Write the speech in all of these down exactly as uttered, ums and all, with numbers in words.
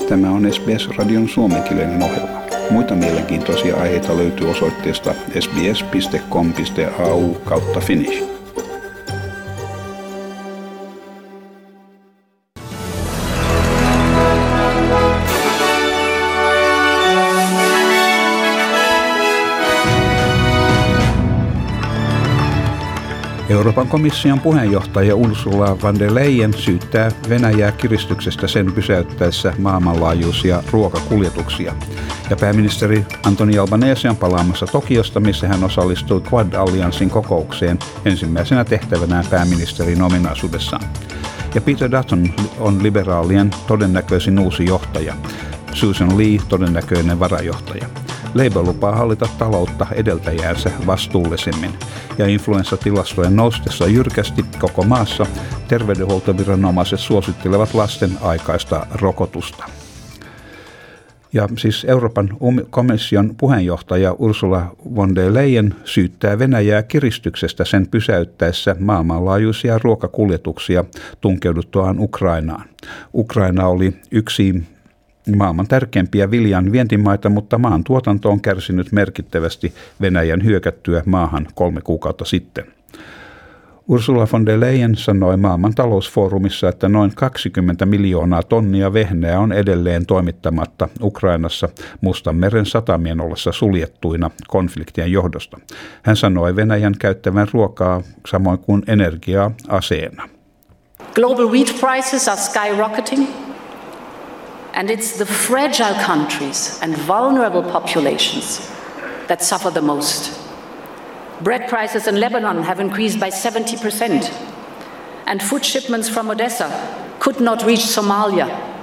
Tämä on S B S-radion suomenkielinen ohjelma. Muita mielenkiintoisia aiheita löytyy osoitteesta sbs piste com piste a u kautta finnish. Euroopan komission puheenjohtaja Ursula von der Leyen syyttää Venäjää kiristyksestä sen pysäyttäessä maailmanlaajuisia ruokakuljetuksia. Ja pääministeri Anthony Albanese on palaamassa Tokiosta, missä hän osallistui Quad-allianssin kokoukseen ensimmäisenä tehtävänään pääministerin ominaisuudessaan. Ja Peter Dutton on liberaalien todennäköisin uusi johtaja, Susan Lee todennäköinen varajohtaja. Labour lupaa hallita taloutta edeltäjäänsä vastuullisemmin, ja influenssatilastojen noustessa jyrkästi koko maassa terveydenhuoltoviranomaiset suosittelevat lasten aikaista rokotusta. Ja siis Euroopan komission puheenjohtaja Ursula von der Leyen syyttää Venäjää kiristyksestä sen pysäyttäessä maailmanlaajuisia ruokakuljetuksia tunkeuduttuaan Ukrainaan. Ukraina oli yksi maailman tärkeimpiä viljan vientimaita, mutta maan tuotanto on kärsinyt merkittävästi Venäjän hyökättyä maahan kolme kuukautta sitten. Ursula von der Leyen sanoi maailman talousfoorumissa, että noin kaksikymmentä miljoonaa tonnia vehnää on edelleen toimittamatta Ukrainassa Mustanmeren satamien ollessa suljettuina konfliktien johdosta. Hän sanoi Venäjän käyttävän ruokaa samoin kuin energiaa aseena. Global wheat prices are skyrocketing. And it's the fragile countries and vulnerable populations that suffer the most. Bread prices in Lebanon have increased by seventy percent, and food shipments from Odessa could not reach Somalia.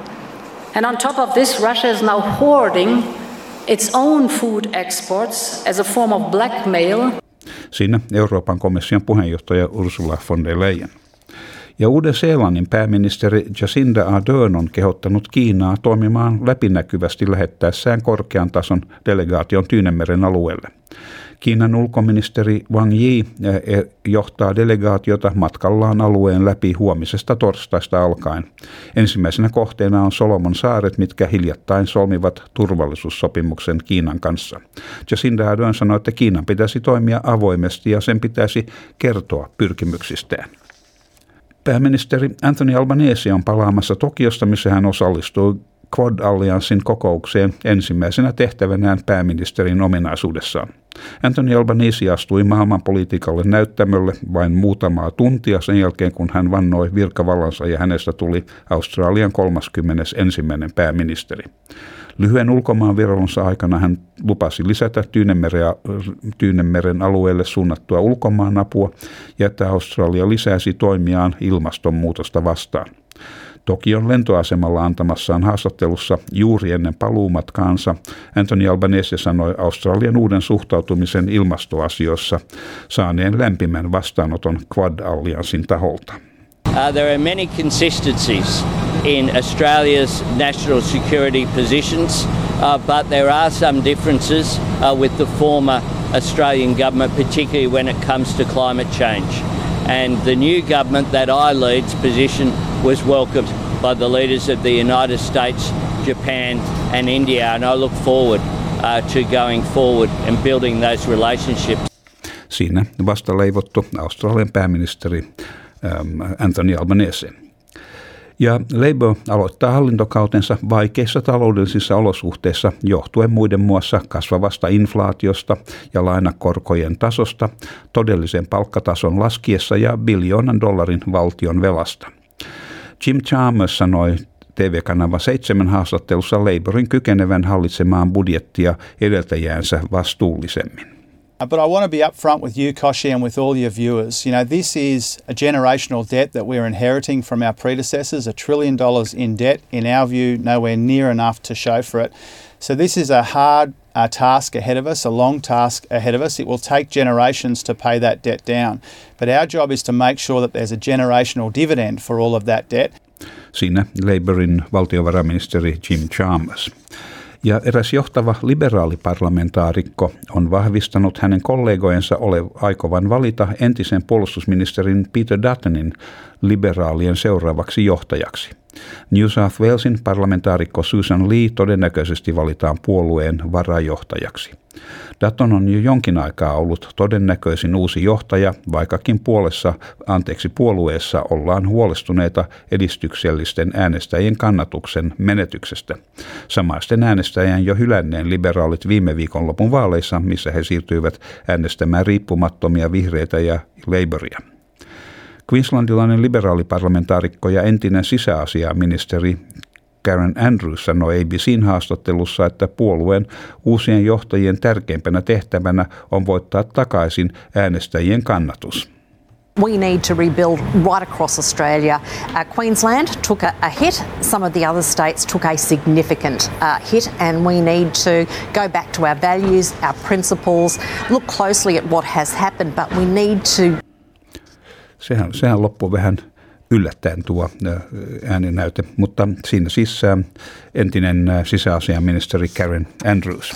And on top of this, Russia is now hoarding its own food exports as a form of blackmail. Siinä Euroopan komission puheenjohtaja Ursula von der Leyen. Ja Uuden-Seelannin pääministeri Jacinda Ardern on kehottanut Kiinaa toimimaan läpinäkyvästi lähettäessään korkean tason delegaation Tyynenmeren alueelle. Kiinan ulkoministeri Wang Yi johtaa delegaatiota matkallaan alueen läpi huomisesta torstaista alkaen. Ensimmäisenä kohteena on Solomon saaret, mitkä hiljattain solmivat turvallisuussopimuksen Kiinan kanssa. Jacinda Ardern sanoi, että Kiinan pitäisi toimia avoimesti ja sen pitäisi kertoa pyrkimyksistään. Pääministeri Anthony Albanese on palaamassa Tokiosta, missä hän osallistui Quad-allianssin kokoukseen ensimmäisenä tehtävänään pääministerin ominaisuudessaan. Anthony Albanese astui maailmanpolitiikalle näyttämölle vain muutamaa tuntia sen jälkeen, kun hän vannoi virkavallansa ja hänestä tuli Australian kolmaskymmenesensimmäinen pääministeri. Lyhyen ulkomaanviralonsa aikana hän lupasi lisätä Tyynenmeren alueelle suunnattua ulkomaanapua ja että Australia lisäsi toimiaan ilmastonmuutosta vastaan. Tokion lentoasemalla antamassaan haastattelussa juuri ennen paluumatkaansa Anthony Albanese sanoi Australian uuden suhtautumisen ilmastoasioissa saaneen lämpimän vastaanoton Quad-allianssin taholta. Uh, there are many consistencies in Australia's national security positions, uh, but there are some differences uh, with the former Australian government, particularly when it comes to climate change. And the new government that I lead's position was welcomed by the leaders of the United States, Japan and India, and I look forward uh, to going forward and building those relationships. Siinä vasta leivottu Australian pääministeri Anthony Albanese. Ja Labour aloittaa hallintokautensa vaikeissa taloudellisissa olosuhteissa johtuen muiden muassa kasvavasta inflaatiosta ja lainakorkojen tasosta, todellisen palkkatason laskiessa ja biljoonan dollarin valtion velasta. Jim Chalmers sanoi T V-kanava seitsemän haastattelussa Labourin kykenevän hallitsemaan budjettia edeltäjäänsä vastuullisemmin. But I want to be upfront with you, Koshi, and with all your viewers. You know, this is a generational debt that we're inheriting from our predecessors, a trillion dollars in debt. In our view, nowhere near enough to show for it. So this is a hard uh, task ahead of us, a long task ahead of us. It will take generations to pay that debt down. But our job is to make sure that there's a generational dividend for all of that debt. Siinä Labourin valtiovarainministeri Jim Chalmers. Ja eräs johtava liberaaliparlamentaarikko on vahvistanut hänen kollegojensa ole aikovan valita entisen puolustusministerin Peter Duttonin liberaalien seuraavaksi johtajaksi. New South Walesin parlamentaarikko Susan Lee todennäköisesti valitaan puolueen varajohtajaksi. Dutton on jo jonkin aikaa ollut todennäköisin uusi johtaja, vaikkakin puolessa, anteeksi, puolueessa ollaan huolestuneita edistyksellisten äänestäjien kannatuksen menetyksestä. Samaisten äänestäjän jo hylänneen liberaalit viime viikonlopun vaaleissa, missä he siirtyivät äänestämään riippumattomia vihreitä ja Labouria. Queenslandilainen liberaaliparlamentaarikko ja entinen sisäasiaministeri Karen Andrews sanoi A B C:n haastattelussa, että puolueen uusien johtajien tärkeimpänä tehtävänä on voittaa takaisin äänestäjien kannatus. We need to rebuild right across Australia. Uh, Queensland took a, a hit. Some of the other states took a significant uh, hit, and we need to go back to our values, our principles, look closely at what has happened, but we need to... Sehän, sehän loppui vähän yllättäen tuo ääninäyte, mutta siinä siis entinen sisäasiaministeri Karen Andrews.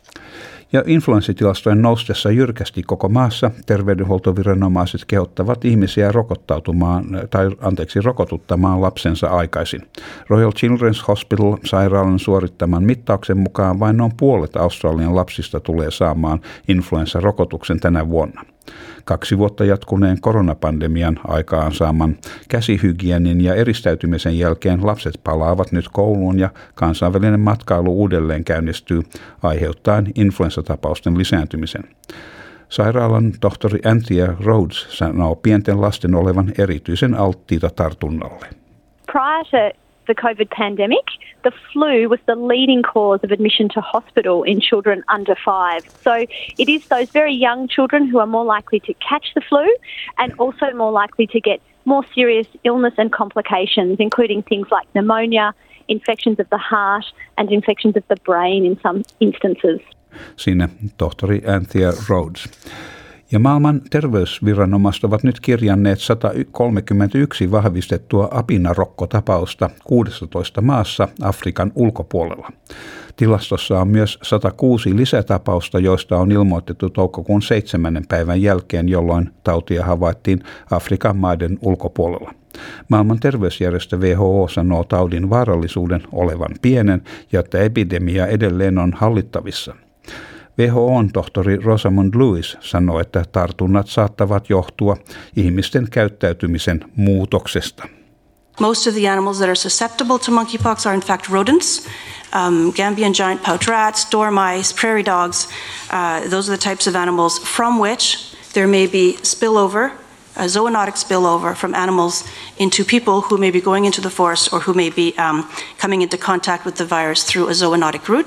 Ja influenssitilastojen noustessa jyrkästi koko maassa terveydenhuoltoviranomaiset kehottavat ihmisiä rokottautumaan tai anteeksi rokotuttamaan lapsensa aikaisin. Royal Children's Hospital sairaalan suorittaman mittauksen mukaan vain noin puolet Australian lapsista tulee saamaan influenssarokotuksen tänä vuonna. Kaksi vuotta jatkuneen koronapandemian aikaan saaman käsihygienin ja eristäytymisen jälkeen lapset palaavat nyt kouluun ja kansainvälinen matkailu uudelleen käynnistyy aiheuttaen influenssatapausten lisääntymisen. Sairaalan tohtori Anthea Rhodes sanoo pienten lasten olevan erityisen alttiita tartunnalle. Prior to the COVID pandemic, the flu was the leading cause of admission to hospital in children under five. So it is those very young children who are more likely to catch the flu and also more likely to get more serious illness and complications, including things like pneumonia, infections of the heart and infections of the brain in some instances. Siinä tohtori Anthea Rhodes. Ja maailman terveysviranomaiset ovat nyt kirjanneet sata kolmekymmentäyksi vahvistettua apinarokkotapausta kuudessatoista maassa Afrikan ulkopuolella. Tilastossa on myös sata kuusi lisätapausta, joista on ilmoitettu toukokuun seitsemännen päivän jälkeen, jolloin tautia havaittiin Afrikan maiden ulkopuolella. Maailman terveysjärjestö W H O sanoo taudin vaarallisuuden olevan pienen ja että epidemia edelleen on hallittavissa. W H O:n tohtori Rosamund Lewis sanoi, että tartunnat saattavat johtua ihmisten käyttäytymisen muutoksesta. Most of the animals that are susceptible to monkeypox are in fact rodents. Um, Gambian giant pouch rats, dormice, prairie dogs. Uh, those are the types of animals from which there may be spillover, a zoonotic spillover from animals into people who may be going into the forest or who may be um, coming into contact with the virus through a zoonotic route.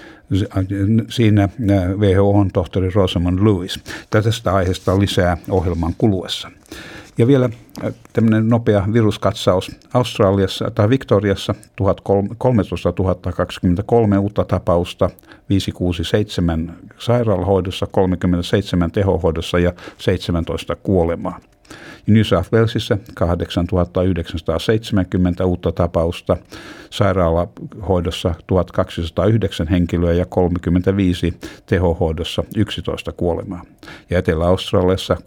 Siinä W H O:n tohtori Rosamund Lewis. Tästä aiheesta on lisää ohjelman kuluessa. Ja vielä tämmöinen nopea viruskatsaus. Australiassa tai Victoriassa kolmetoistatuhatta kaksikymmentäkolme uutta tapausta, viisisataakuusikymmentäseitsemän sairaalahoidossa, kolmekymmentäseitsemän tehohoidossa ja seitsemäntoista kuolemaa. New South Walesissa kahdeksantuhattayhdeksänsataaseitsemänkymmentä uutta tapausta, sairaalahoidossa tuhatkaksisataayhdeksän henkilöä ja kolmekymmentäviisi tehohoidossa yksitoista kuolemaa. Ja Etelä-Australiassa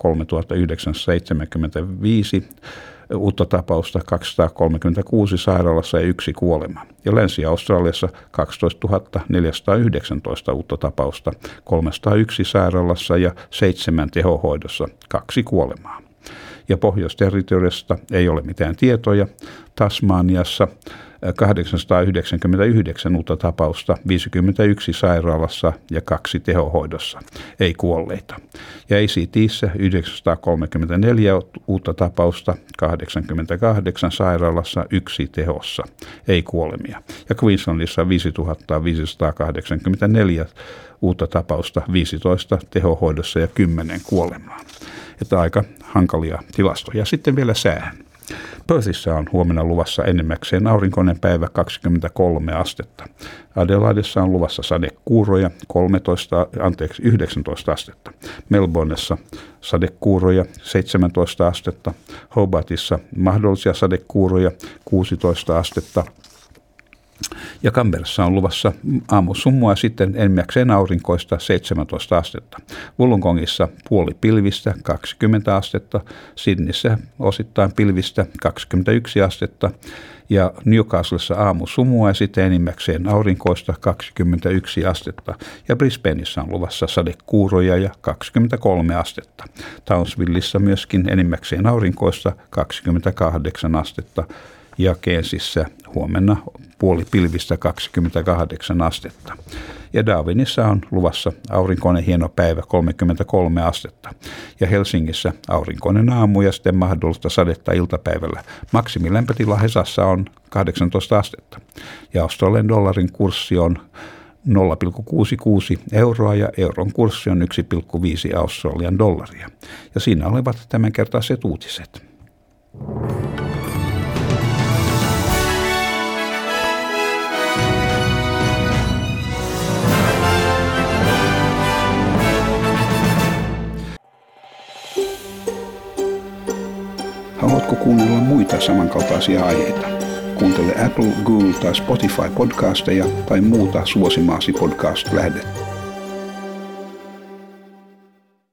kolmetuhattayhdeksänsataaseitsemänkymmentäviisi uutta tapausta, kaksisataakolmekymmentäkuusi sairaalassa ja yksi kuolema. Ja Länsi-Australiassa kaksitoistatuhatta neljäsataayhdeksäntoista uutta tapausta, kolmesataayksi sairaalassa ja seitsemän tehohoidossa, kaksi kuolemaa. Ja Pohjois-Territoriasta ei ole mitään tietoja. Tasmaniassa kahdeksansataayhdeksänkymmentäyhdeksän uutta tapausta, viisikymmentäyksi sairaalassa ja kaksi tehohoidossa, ei kuolleita. Ja A C T:ssä yhdeksänsataakolmekymmentäneljä uutta tapausta, kahdeksankymmentäkahdeksan sairaalassa, yksi tehossa, ei kuolemia. Ja Queenslandissa viisituhatta viisisataakahdeksankymmentäneljä uutta tapausta, viisitoista tehohoidossa ja kymmenen kuolemaa. Että aika hankalia tilastoja. Sitten vielä säähän. Perthissä on huomenna luvassa enimmäkseen aurinkoinen päivä kaksikymmentäkolme astetta. Adelaidessa on luvassa sadekuuroja kolmetoista, anteeksi, yhdeksäntoista astetta. Melbourneessa sadekuuroja seitsemäntoista astetta. Hobartissa mahdollisia sadekuuroja kuusitoista astetta. Ja Canberrassa on luvassa aamusummua sitten enimmäkseen aurinkoista seitsemäntoista astetta. Wollongongissa puoli pilvistä kaksikymmentä astetta, Sydneyssä osittain pilvistä kaksikymmentäyksi astetta ja Newcastlessa aamusumua ja sitten enimmäkseen aurinkoista kaksikymmentäyksi astetta. Ja Brisbaneissa on luvassa sadekuuroja ja kaksikymmentäkolme astetta. Townsvillessä myöskin enimmäkseen aurinkoista kaksikymmentäkahdeksan astetta ja Cairnsissä huomenna puoli pilvistä kaksikymmentäkahdeksan astetta. Ja Darwinissa on luvassa aurinkoinen hieno päivä kolmekymmentäkolme astetta. Ja Helsingissä aurinkoinen aamu ja sitten mahdollista sadetta iltapäivällä. Maksimilämpötila Hesassa on kahdeksantoista astetta. Ja Australian dollarin kurssi on nolla pilkku kuusikymmentäkuusi euroa ja euron kurssi on yksi pilkku viisi Australian dollaria. Ja siinä olivat tämänkertaiset uutiset. Haluatko kuunnella muita samankaltaisia aiheita? Kuuntele Apple, Google tai Spotify podcasteja tai muuta suosimaasi podcast-lähdettä.